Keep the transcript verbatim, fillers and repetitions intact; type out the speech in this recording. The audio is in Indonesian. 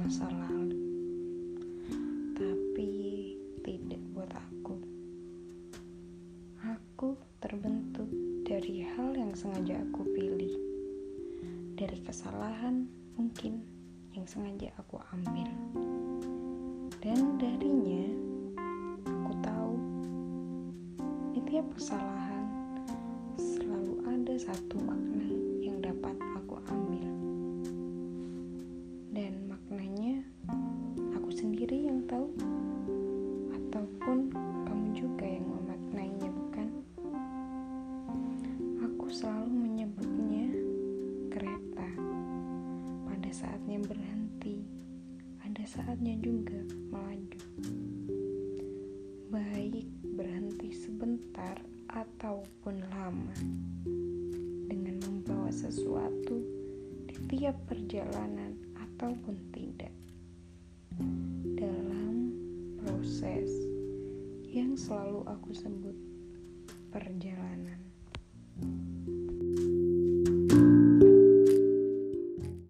masa lalu, tapi tidak buat aku. Aku terbentuk dari hal yang sengaja aku pilih, dari kesalahan mungkin yang sengaja aku ambil, dan darinya aku tahu di tiap kesalahan selalu ada satu makna yang dapat aku ambil, dan maknanya aku sendiri yang tahu, ataupun kamu juga yang memaknainya, bukan? Aku selalu menyebutnya kereta. Pada saatnya berhenti, ada saatnya juga melaju. Baik berhenti sebentar ataupun lama, dengan membawa sesuatu di tiap perjalanan ataupun tidak, dalam proses yang selalu aku sebut perjalanan.